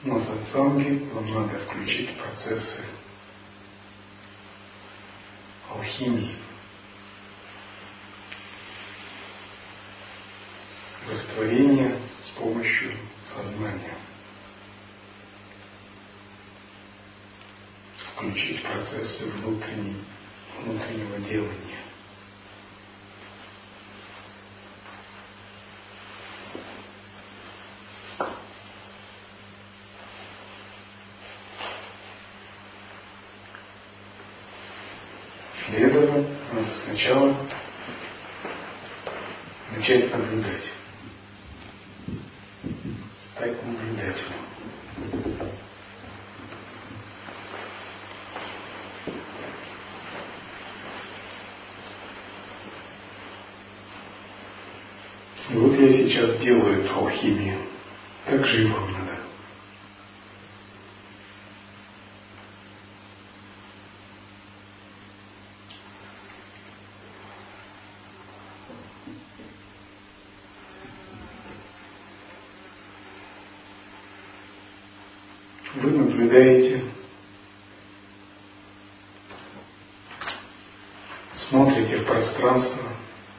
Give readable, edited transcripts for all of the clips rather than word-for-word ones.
На сатсанге вам надо включить процессы алхимии, растворения с помощью сознания. Включить процессы внутреннего делания. Для этого надо сначала начать наблюдать, стать наблюдателем. И вот я сейчас делаю эту алхимию. Так же и вам надо. Вы наблюдаете, смотрите в пространство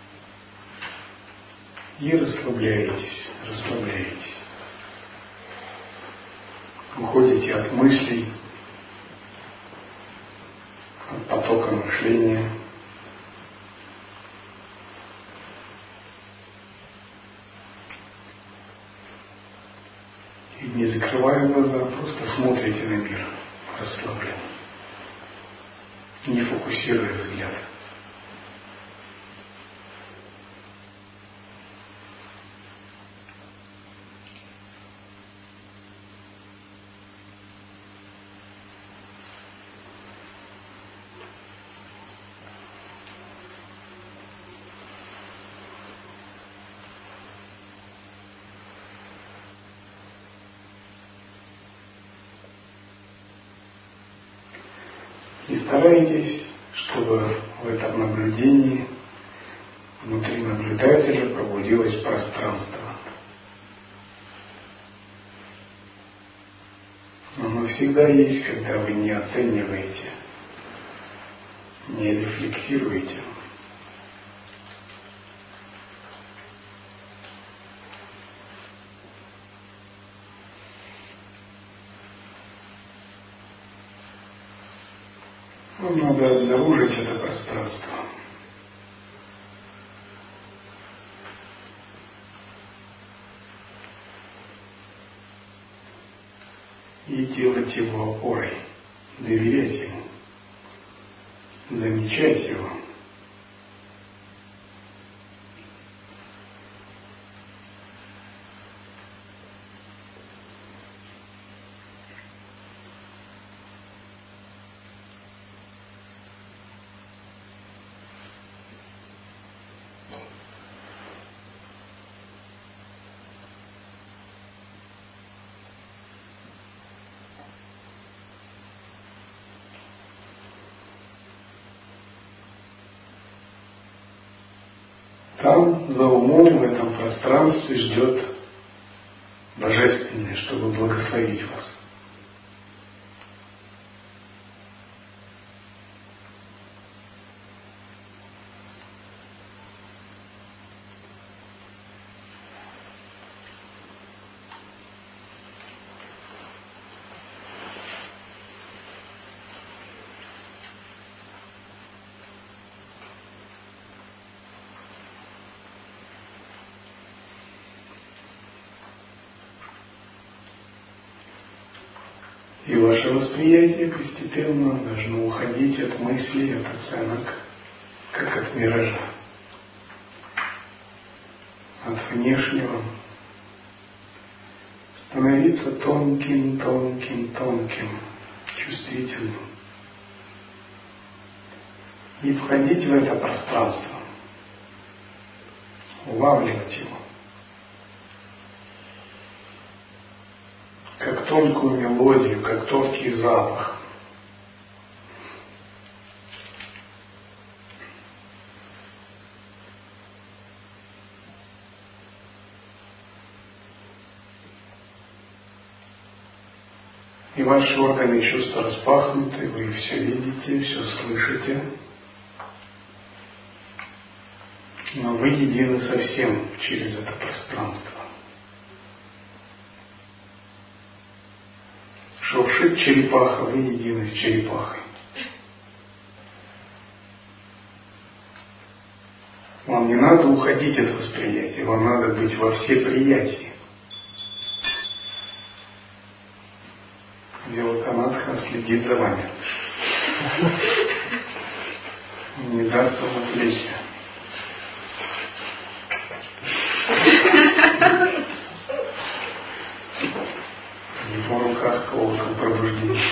и расслабляетесь. Уходите от мыслей, от потока мышления. И не закрывая глаза, просто смотрите на мир расслабленно, не фокусируя взгляд. И старайтесь, чтобы в этом наблюдении внутри наблюдателя пробудилось пространство. Оно всегда есть, когда вы не оцениваете, не рефлексируете. Вам надо обнаружить это пространство. И делать его опорой, доверять ему, замечать его. Там, за умом, в этом пространстве ждет Божественное, чтобы благословить вас. И ваше восприятие постепенно должно уходить от мыслей, от оценок, как от миража, от внешнего, становиться тонким, чувствительным и входить в это пространство, улавливать его, как тонкую мелодию, как тонкий запах. И ваши органы чувств распахнуты, вы все видите, все слышите. Но вы едины со всем через это пространство. Шуршит черепаха, вы едины с черепахой. Вам не надо уходить от восприятия, вам надо быть во всеприятии. Деваканатха следит за вами. Не даст вам отвлечься. В его руках колокол пробуждения.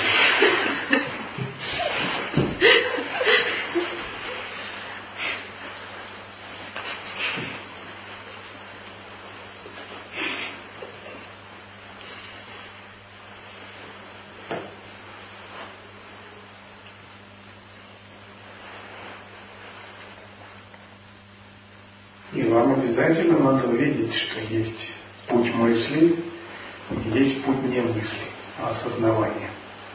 И вам обязательно надо увидеть, что есть путь мысли, и есть путь не мысли, а осознавания.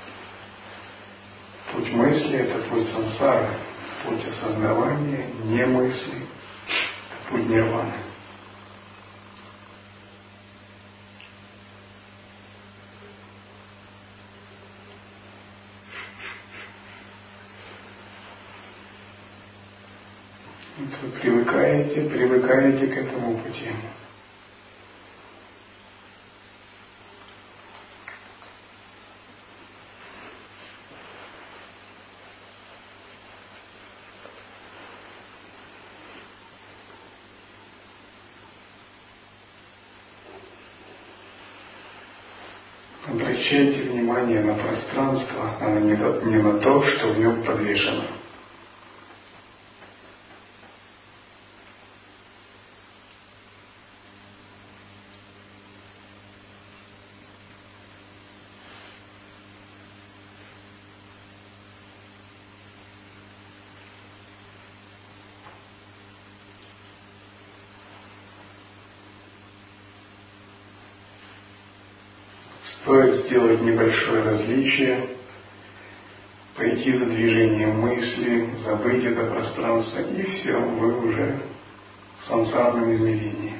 Путь мысли – это путь сансары, путь осознавания, не мысли, это путь нирваны. Вот вы привыкаете к этому пути. Обращайте внимание на пространство, а не на то, что в нем подвешено. Стоит сделать небольшое различие, пойти за движением мысли, забыть это пространство, и все, вы уже в сансарном измерении.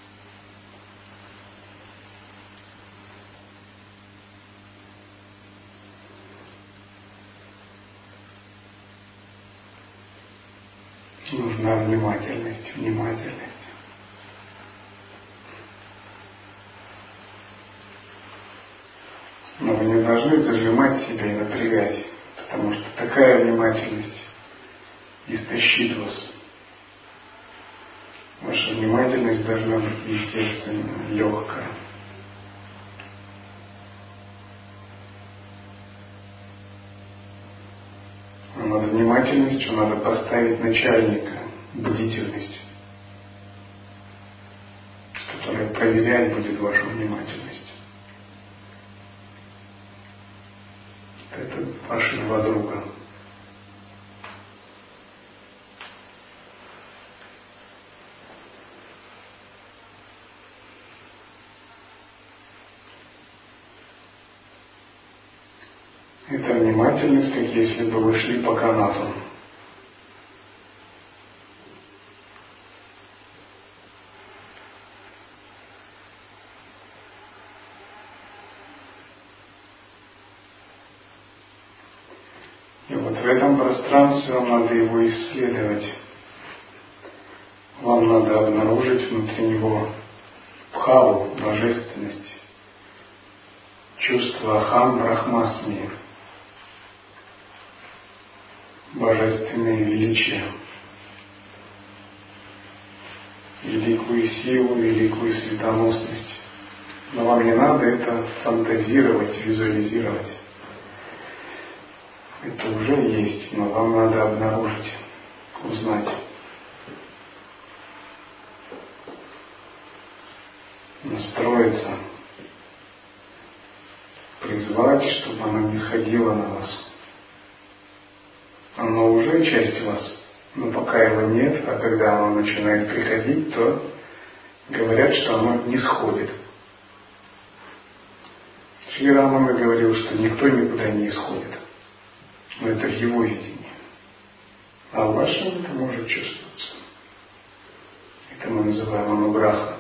Нужна внимательность. Но вы не должны зажимать себя и напрягать, потому что такая внимательность истощит вас. Ваша внимательность должна быть естественная, легкая. А над внимательностью надо поставить начальника, бдительность, который проверять будет вашу внимательность. Это ваши два друга. Это внимательность, как если бы вы шли по канату. И вот в этом пространстве вам надо его исследовать. Вам надо обнаружить внутри него бхаву, божественность, чувство ахам брахмасми, божественное величие, великую силу, великую светоносность. Но вам не надо это фантазировать, визуализировать. Это уже есть, но вам надо обнаружить, узнать. Настроиться, призвать, чтобы оно не сходило на вас. Оно уже часть вас, но пока его нет, а когда оно начинает приходить, то говорят, что оно не сходит. Шри Рамана говорил, что никто никуда не исходит. Но это в его видении. А в вашем это может чувствоваться. Это мы называем ануграха.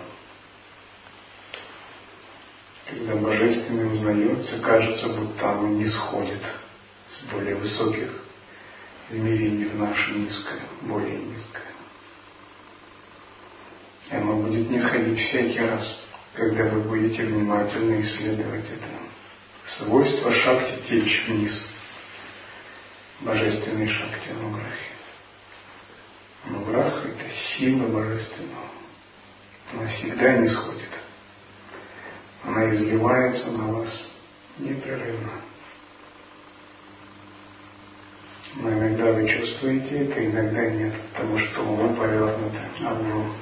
Когда Божественное узнается, кажется, будто оно не сходит с более высоких измерений в наше низкое, более низкое. И оно будет не сходить всякий раз, когда вы будете внимательно исследовать это свойство шакти течь вниз, божественной шакти ануграхи. Ануграха — это сила божественного. Она всегда не сходит. Она изливается на вас непрерывно. Но иногда вы чувствуете это, иногда нет, потому что ум повернут обзор.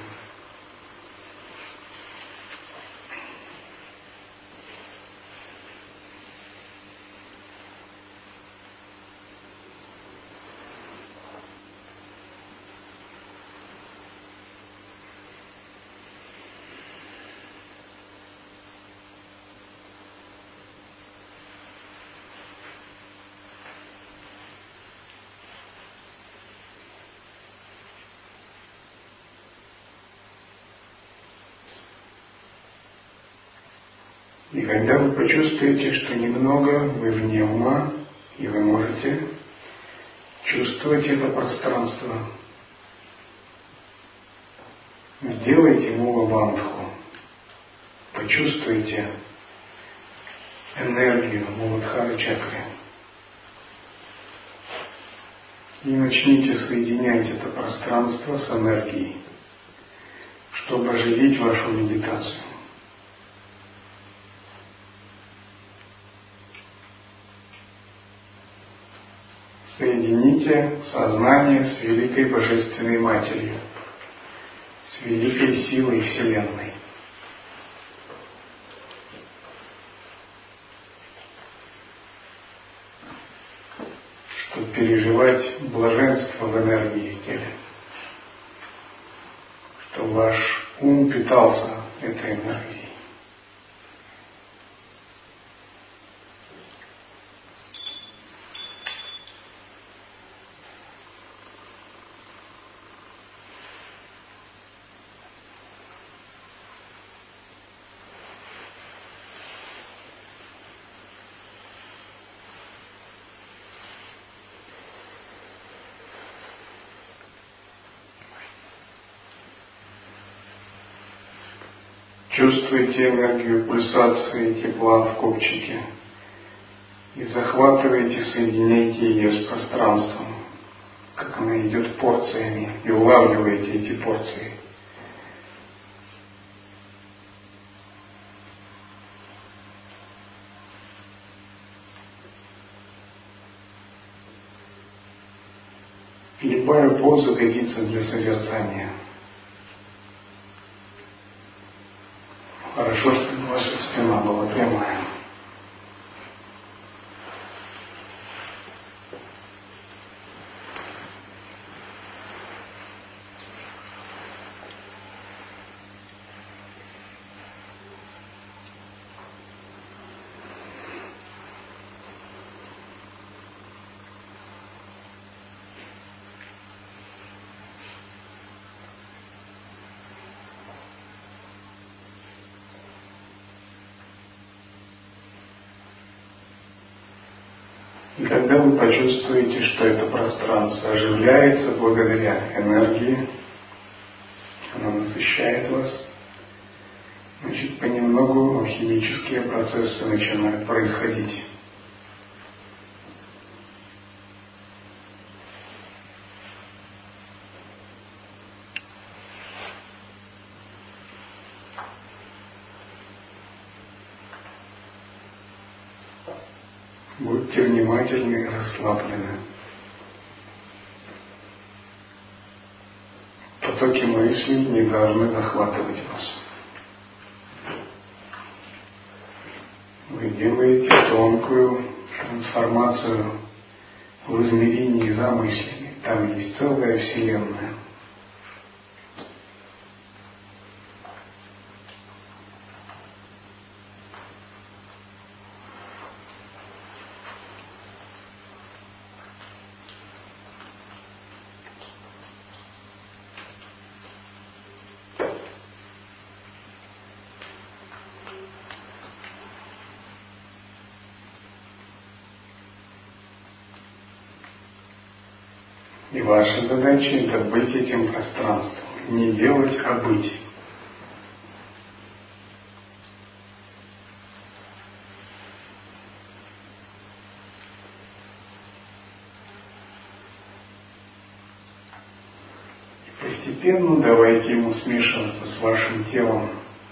И когда вы почувствуете, что немного вы вне ума, и вы можете чувствовать это пространство, сделайте мула-бандху, почувствуйте энергию Муладхара чакры и начните соединять это пространство с энергией, чтобы оживить вашу медитацию. Соедините сознание с Великой Божественной Матерью, с великой силой Вселенной. Чтобы переживать блаженство в энергии в теле. Чтобы ваш ум питался этой энергией. Чувствуйте энергию пульсации тепла в копчике и захватывайте, соединяйте ее с пространством, как она идет порциями, и улавливаете эти порции. Любая поза годится для созерцания. Хорошо, чтобы ваша спина была прямая. И когда вы почувствуете, что это пространство оживляется благодаря энергии, оно насыщает вас, значит, понемногу алхимические процессы начинают происходить. Будьте внимательны и расслаблены. Потоки мыслей не должны захватывать вас. Вы делаете тонкую трансформацию в измерении за мыслями. Там есть целая вселенная. И ваша задача — это быть этим пространством, не делать, а быть. И постепенно давайте ему смешиваться с вашим телом.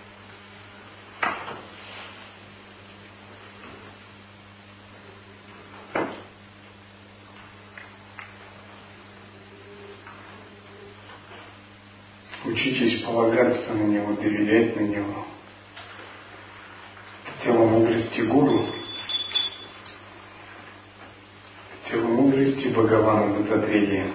Учитесь полагаться на него, доверять на него. Тело мудрости гуру, тело мудрости Бхагавана Даттатрея.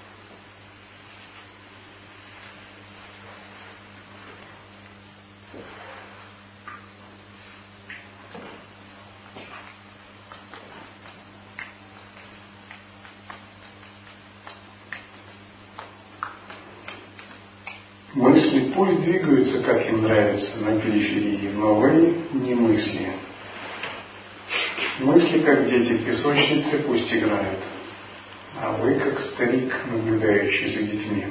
Мысли пусть двигаются, как им нравится, на периферии, но вы не мысли. Мысли, как дети в песочнице, пусть играют, а вы, как старик, наблюдающий за детьми.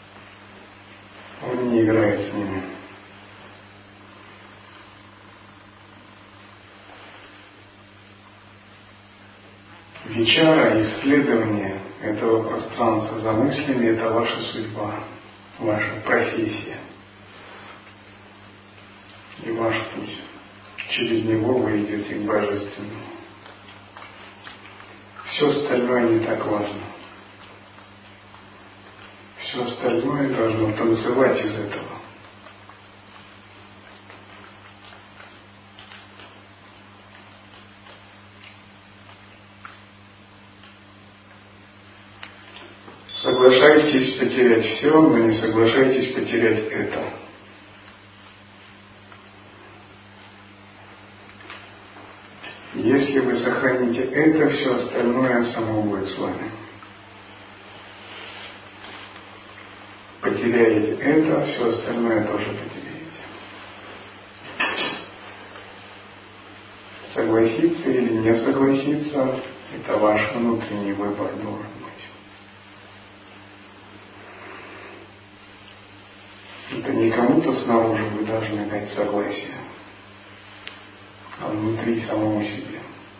Он не играет с ними. Вичара, исследование этого пространства за мыслями — это ваша судьба, ваша профессия и ваш путь. Через него вы идете к Божественному. Все остальное не так важно. Все остальное должно танцевать из этого. Соглашайтесь потерять все, но не соглашайтесь потерять это. Если вы сохраните это, все остальное само будет с вами. Потеряете это, все остальное тоже потеряете. Согласиться или не согласиться — это ваш внутренний выбор должен быть. Это не кому-то снаружи вы должны дать согласие, а внутри самого себя.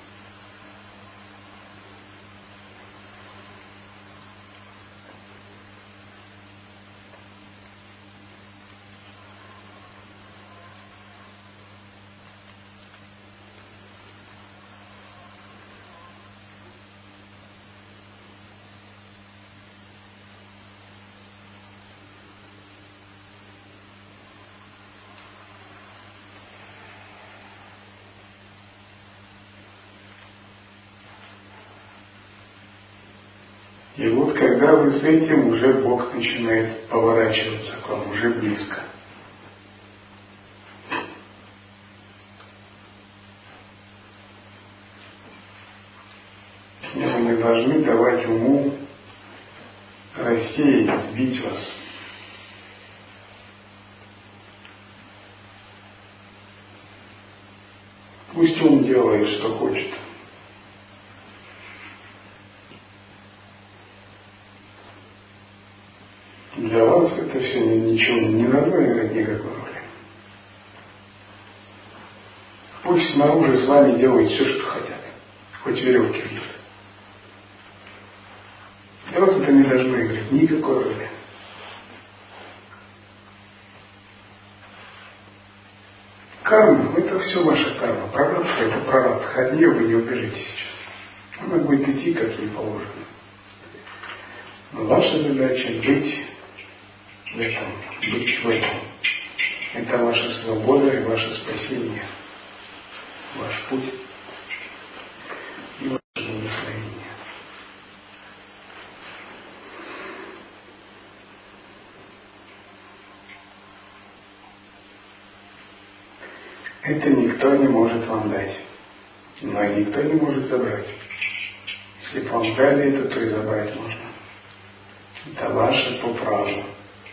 И вот когда вы с этим, уже Бог начинает поворачиваться к вам, уже близко. И вы не должны давать уму рассеять, сбить вас. Пусть ум делает, что хочет. Для вас это все ничего не должно играть никакой роли. Пусть снаружи с вами делают все, что хотят. Хоть веревки вьют. Для вас это не должно играть никакой роли. Карма — это все ваша карма. Прарабдха — это прарабдха. От нее вы не убежите сейчас. Она будет идти, как ей положено. Но ваша задача — быть в этом, быть в этом. Это ваша свобода и ваше спасение, ваш путь и ваше благословение. Это никто не может вам дать, но и никто не может забрать. Если бы вам дали это, то и забрать можно. Это ваше по праву.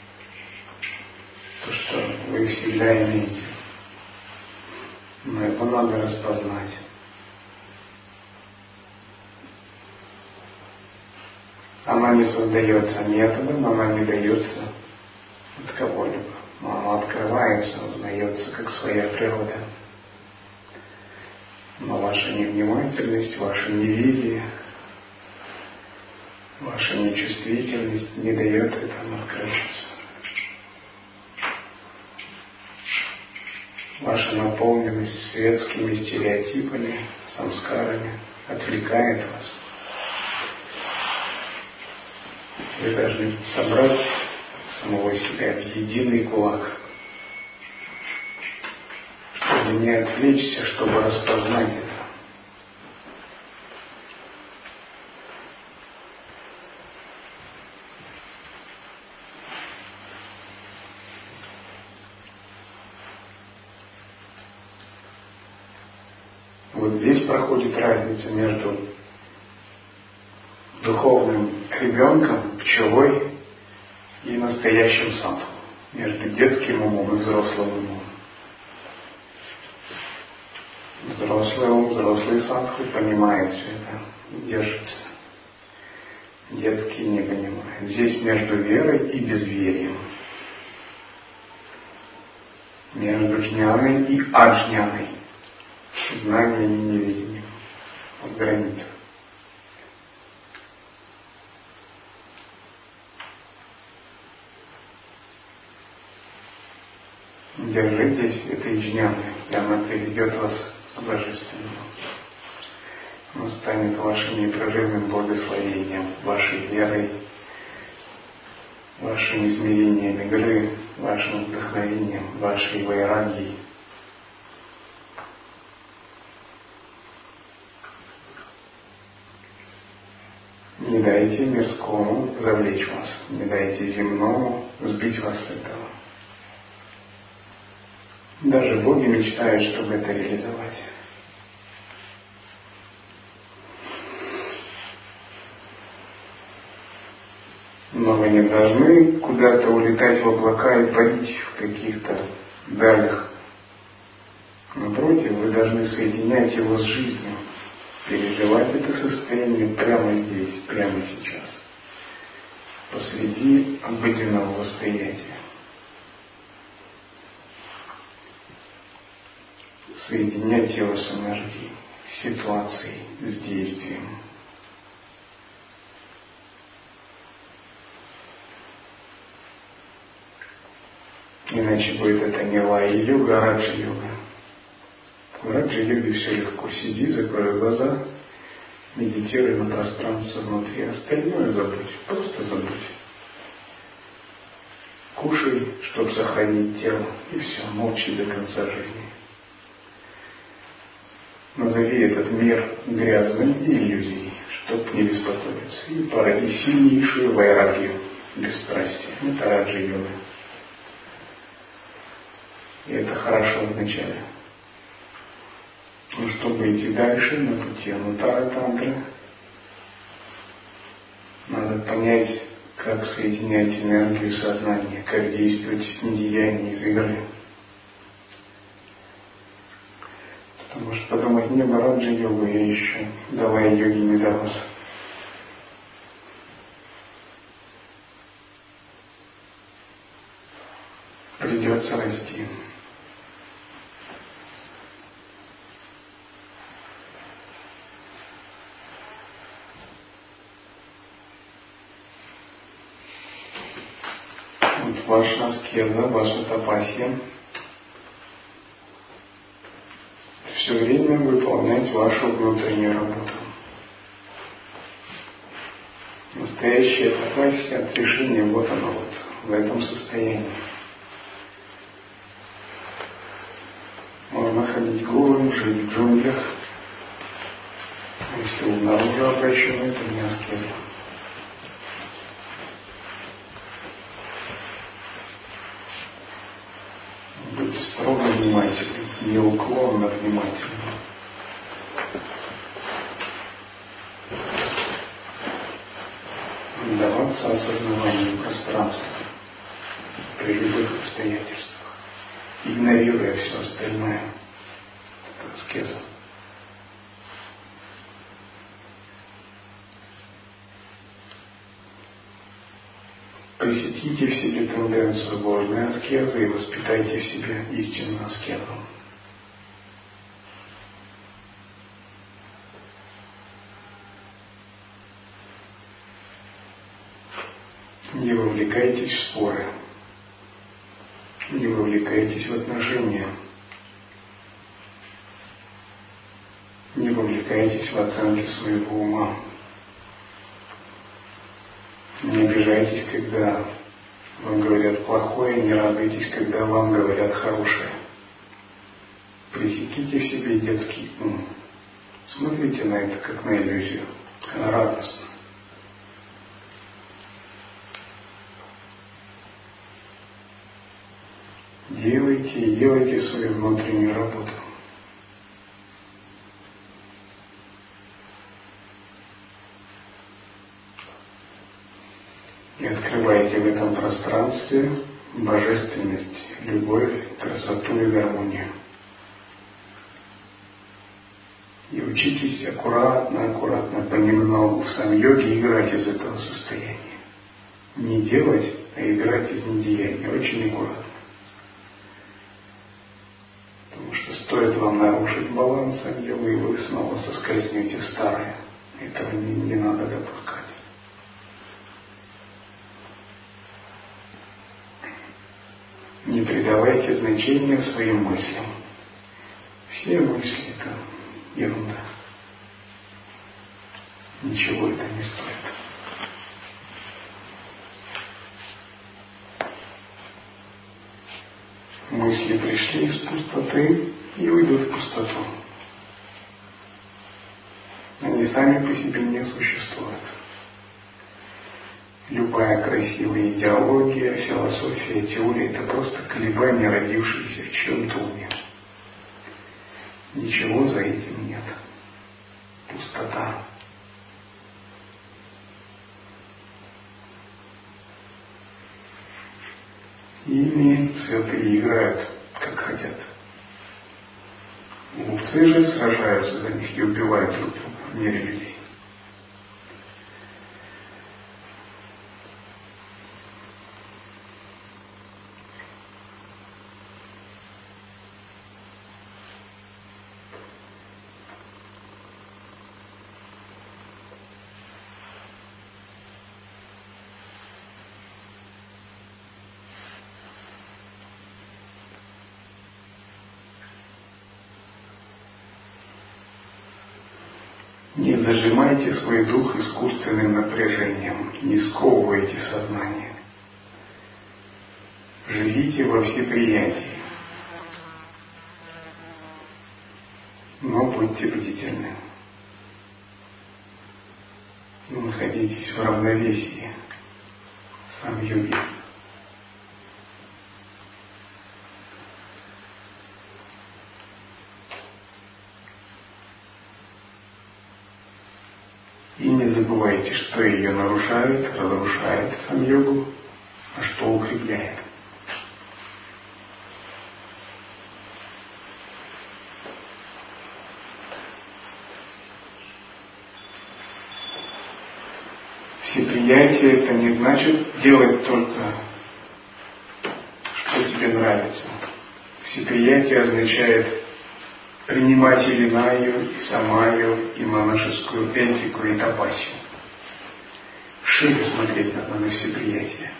То, что вы всегда имеете. Но это надо распознать. Она не создается методом, она не дается от кого-либо. Но она открывается, узнается как своя природа. Но ваша невнимательность, ваше неверие, ваша нечувствительность не дает этому открыться. Ваша наполненность светскими стереотипами, самскарами отвлекает вас. Вы должны собрать самого себя в единый кулак, чтобы не отвлечься, чтобы распознать это. Вот здесь проходит разница между духовным ребенком, пчелой и настоящим садху, между детским умом и взрослым умом. Взрослый ум, взрослый садху понимает все это, держится. Детский не понимает. Здесь между верой и безверием. Между джняной и аджняной. Знанием и неведением. Вот граница. Держитесь этой джняны, и она приведет вас к божественному. Она станет вашим непрерывным благословением, вашей верой, вашим измерением игры, вашим вдохновением, вашей вайрагьей. Не дайте мирскому завлечь вас, не дайте земному сбить вас с этого. Даже боги мечтают, чтобы это реализовать. Но вы не должны куда-то улетать в облака и парить в каких-то далях. Напротив, вы должны соединять его с жизнью, переживать это состояние прямо здесь, прямо сейчас, посреди обыденного восприятия. Соединять его с энергией, с ситуацией, с действием. Иначе будет это не лай-йога, а раджа-йога. В раджа-йоге все легко. Сиди, закрой глаза, медитируй на пространство внутри. Остальное забудь. Просто забудь. Кушай, чтобы сохранить тело. И все, молчи до конца жизни. Назови этот мир грязным и иллюзией, чтоб не беспокоиться. И породи сильнейшую вайрагью, бесстрастие. Это раджа-йога. И это хорошо вначале. Но чтобы идти дальше на пути анутара-тантры, надо понять, как соединять энергию сознания, как действовать с недеянием из игры. Потому что подумать, не было раджа-йогу, я еще давай йоги не дорос. Придется расти. Вот ваша аскеза, ваша тапасия. Все время выполнять вашу внутреннюю работу. Настоящая тапасия от решения вот оно вот, в этом состоянии. Можно ходить голым, жить в джунглях. Если ум наружу обращен, это не аскеза. Быть строго внимательным, неуклонно внимательным. Даваться осознаванию пространства при любых обстоятельствах, игнорируя все остальное. Это аскеза. Пресеките в себе тенденцию ложной аскезы и воспитайте в себе истинную аскезу. Не вовлекайтесь в споры, не вовлекайтесь в отношения, не вовлекайтесь в оценки своего ума. Не обижайтесь, когда вам говорят плохое, не радуйтесь, когда вам говорят хорошее. Пресеките в себе детский ум. Смотрите на это как на иллюзию, радостно. Делайте свою внутреннюю работу. И открывайте в этом пространстве божественность, любовь, красоту и гармонию. И учитесь аккуратно, понемногу в сам-йоге играть из этого состояния. Не делать, а играть из недеяния. Очень аккуратно. Потому что стоит вам нарушить баланс сам-йога, и вы снова соскользнете в старое. Этого не надо допускать. Не придавайте значения своим мыслям. Все мысли — это ерунда. Ничего это не стоит. Мысли пришли из пустоты и уйдут в пустоту. Они сами по себе не существуют. Любая красивая идеология, философия, теория — это просто колебания, родившиеся в чьем-то уме. Ничего за этим нет. Пустота. Ими святые играют, как хотят. Глупцы же сражаются за них и убивают друг друга в мире людей. Не зажимайте свой дух искусственным напряжением, не сковывайте сознание. Живите во всеприятии, но будьте бдительны. Находитесь в равновесии сам-йоги. И не забывайте, что ее нарушает, разрушает сам-йогу, а что укрепляет. Всеприятие — это не значит делать только, что тебе нравится. Всеприятие означает принимать и винаю, и самаю, и монашескую этику, и тапасию. Шире смотреть надо на всеприятие.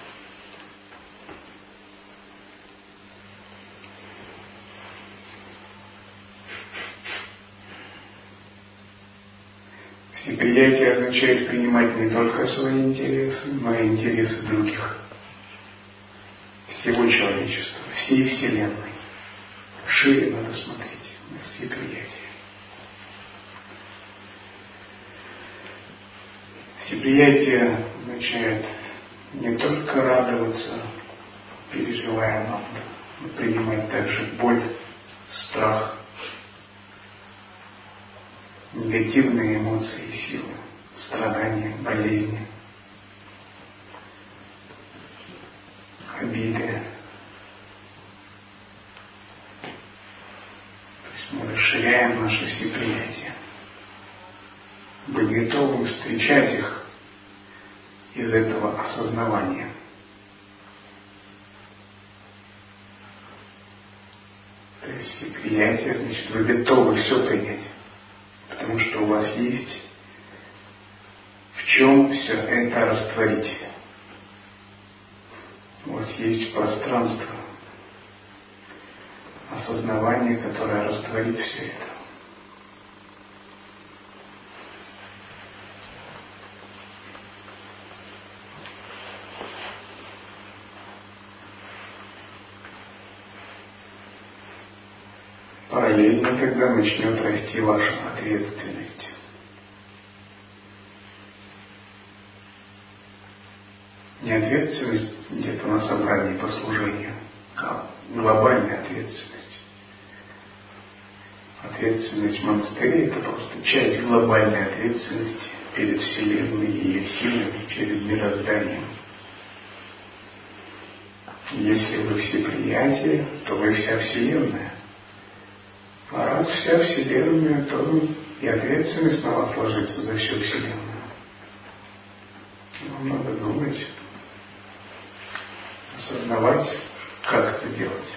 Всеприятие означает принимать не только свои интересы, но и интересы других. Всего человечества, всей Вселенной. Шире надо смотреть на всеприятие. Всеприятие означает не только радоваться переживаемому, но принимать также боль, страх, негативные эмоции и силы, страдания, болезни, обиды. То есть мы расширяем наше всеприятие. Быть готовым встречать их из этого осознавания То есть и приятие, значит, вы готовы все принять. Потому что у вас есть в чем все это растворить. У вас есть пространство, осознавание, которое растворит все это. Параллельно тогда начнет расти ваша ответственность. Не ответственность где-то на собрании по служению, а глобальная ответственность. Ответственность монастыря — это просто часть глобальной ответственности перед Вселенной и ее силами, перед мирозданием. Если вы всеприятие, то вы вся Вселенная. А раз вся Вселенная, то и ответственность на вас ложится за всю Вселенную. Вам надо думать, осознавать, как это делать.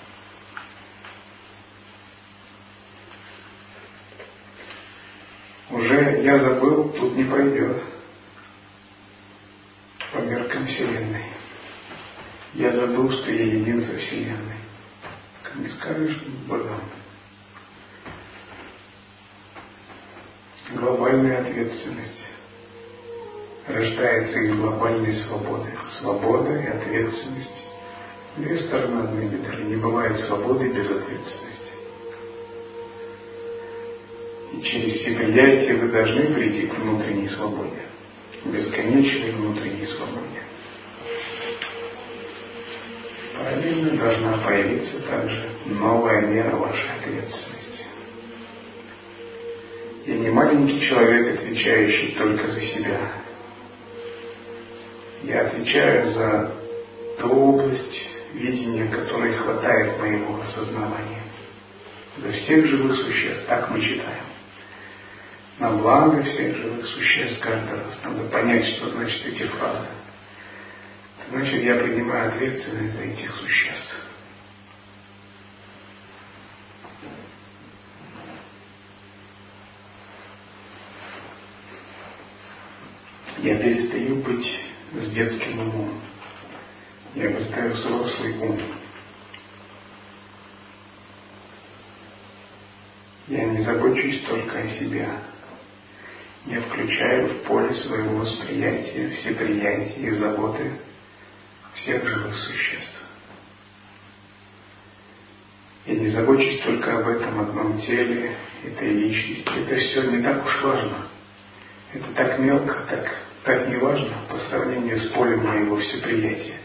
Уже я забыл, тут не пройдет по меркам Вселенной. Я забыл, что я един со Вселенной. Как не скажешь, богам. Глобальная ответственность рождается из глобальной свободы. Свобода и ответственность. Две стороны одной медали. Не бывает свободы без ответственности. И через всеприятие вы должны прийти к внутренней свободе. Бесконечной внутренней свободе. Параллельно должна появиться также новая мера вашей ответственности. Я не маленький человек, отвечающий только за себя. Я отвечаю за ту область видения, которой хватает моего осознавания. За всех живых существ, так мы читаем. На благо всех живых существ каждый раз. Надо понять, что значит эти фразы. Это значит, я принимаю ответственность за этих существ. Я перестаю быть с детским умом. Я обретаю взрослый ум. Я не забочусь только о себе. Я включаю в поле своего восприятия, всеприятия и заботы всех живых существ. Я не забочусь только об этом одном теле, этой личности. Это все не так уж важно. Это так мелко, так не важно по сравнению с полем моего всеприятия.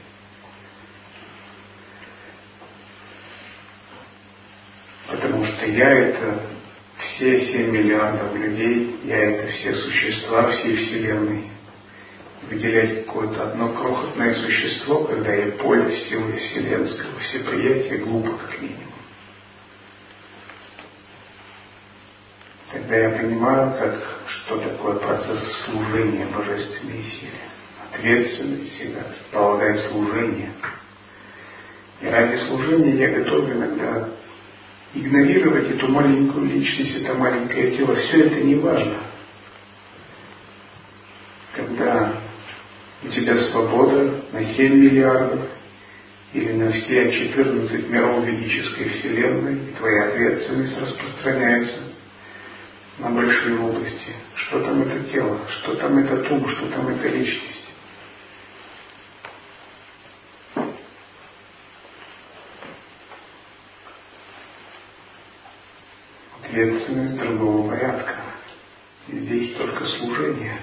Потому что я — это все 7 миллиардов людей, я — это все существа всей Вселенной. Выделять какое-то одно крохотное существо, когда я поле силы вселенского всеприятия, глупо как минимум. Тогда я понимаю, что такое процесс служения божественной силе. Ответственность всегда предполагает служение. И ради служения я готов иногда игнорировать эту маленькую личность, это маленькое тело. Все это не важно. Когда у тебя свобода на 7 миллиардов или на все 14 миров ведической Вселенной, и твоя ответственность распространяется на большие области. Что там это тело, что там этот ум, что там эта личность. Ответственность другого порядка. И здесь только служение.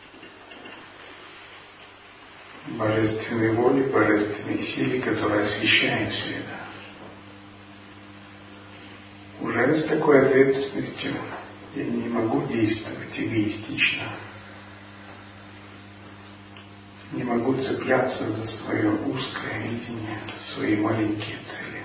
Божественной воле, божественной силе, которая освещает все это. Уже с такой ответственностью я не могу действовать эгоистично. Не могу цепляться за свое узкое видение, свои маленькие цели.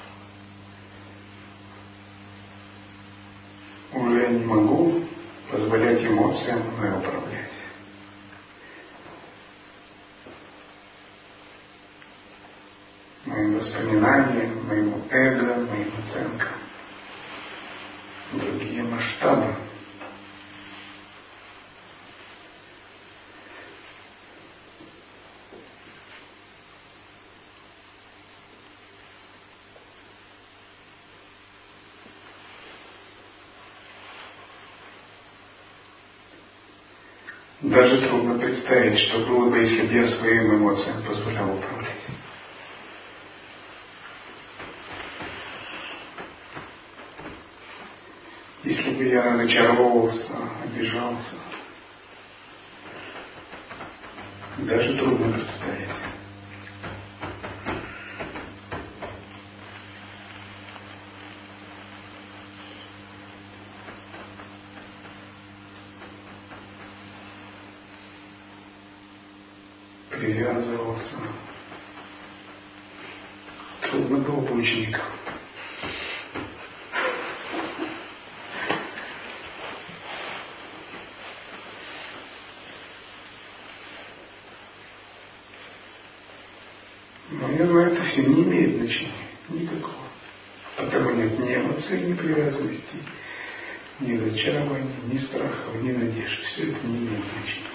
Уже не могу позволять позволять эмоциям мной управлять. Моим воспоминаниям, моему эго, моим оценкам. Другие масштабы. Даже трудно представить, что было бы, если бы я своим эмоциям позволял управлять. Если бы я разочаровывался, обижался, даже трудно представить. Привязывался. Трудно было бы ученикам. Но я знаю, это все не имеет значения. Никакого. Потому нет ни эмоций, ни привязанностей, ни разочарований, ни страхов, ни надежд. Все это не имеет значения.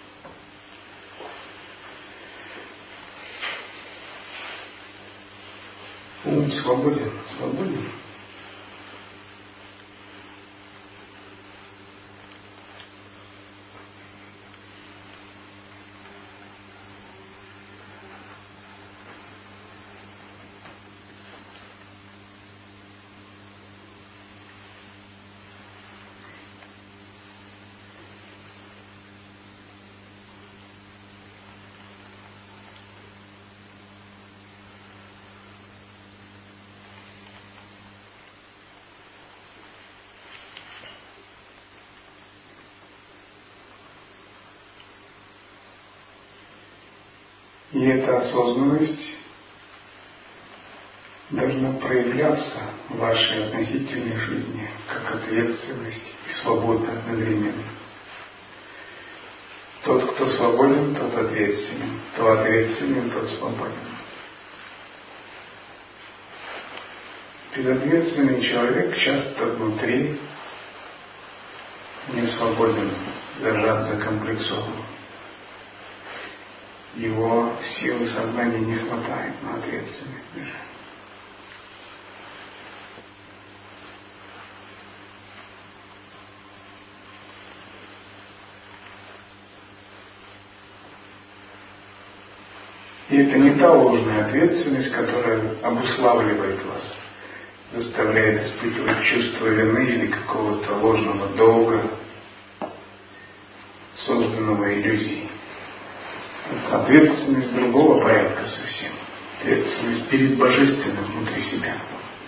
Ум свободен, свободен. И эта осознанность должна проявляться в вашей относительной жизни как ответственность и свобода одновременно. Тот, кто свободен, тот ответственен. Кто ответственен, тот свободен. Безответственный человек часто внутри не свободен, зажат, закомплексован. Его силы сознания не хватает на ответственность даже. И это не та ложная ответственность, которая обуславливает вас, заставляет испытывать чувство вины или какого-то ложного долга, созданного иллюзией. Это ответственность другого порядка совсем. Ответственность перед Божественным внутри себя.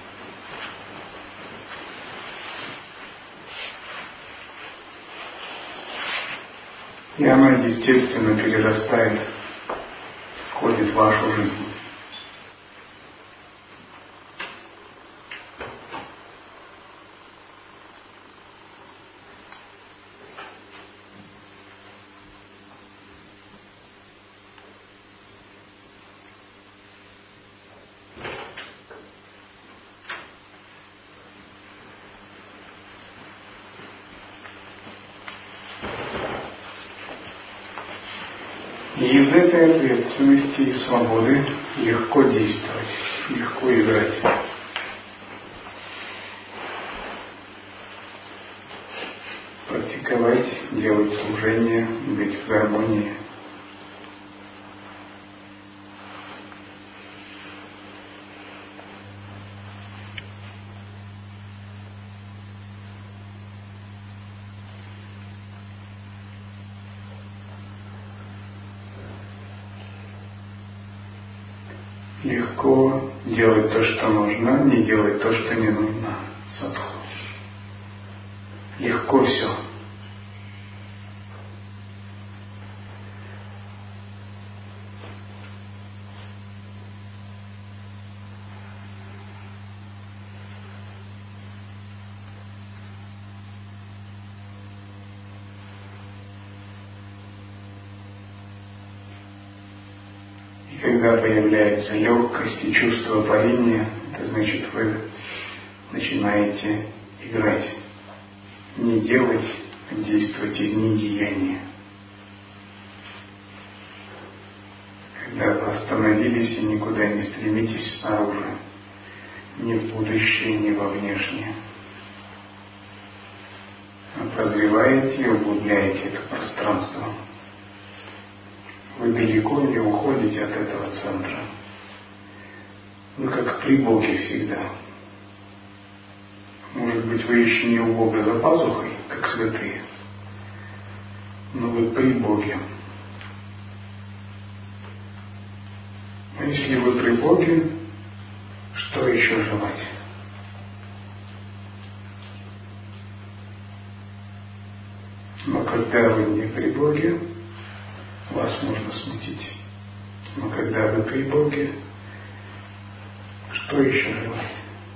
И она, естественно, перерастает, входит в вашу жизнь. И из этой ответственности и свободы легко действовать, легко играть. Практиковать, делать служение, быть в гармонии. Легко делать то, что нужно, не делать то, что не нужно. Садху. Легко все. И когда появляется легкость и чувство парения, это значит, вы начинаете играть. Не делать, а действовать из недеяния. Когда вы остановились и никуда не стремитесь снаружи, ни в будущее, ни во внешнее, а прозреваете и углубляете это пространство. Вы далеко не уходите от этого центра. Вы как при Боге всегда. Может быть, вы еще не у Бога за пазухой, как святые, но вы при Боге. А если вы при Боге, что еще желать? Но когда вы не при Боге, вас можно смутить. Но когда вы при Боге, что еще желать?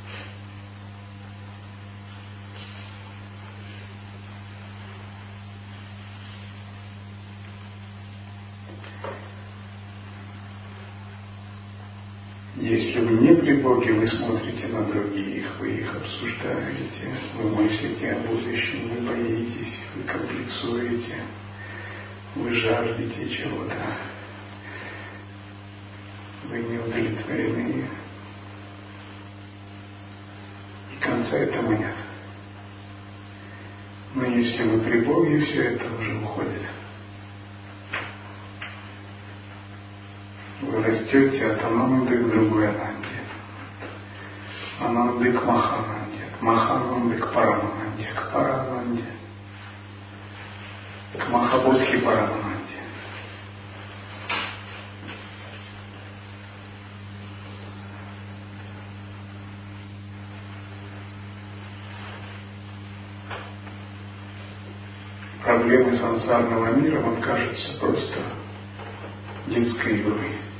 Если вы не при Боге, вы смотрите на других, вы их обсуждаете, вы мыслите о будущем, вы боитесь, вы комплексуете, вы жаждете чего-то, вы не удовлетворены. И конца этому нет. Но если вы при Боге, все это уже уходит. Вы растете от ананды к другой ананде. Ананды к махананде, к махананде к парамананде, к параманде, к махабодхи парамананде. Проблемы сансарного мира вам кажутся просто детской игрой.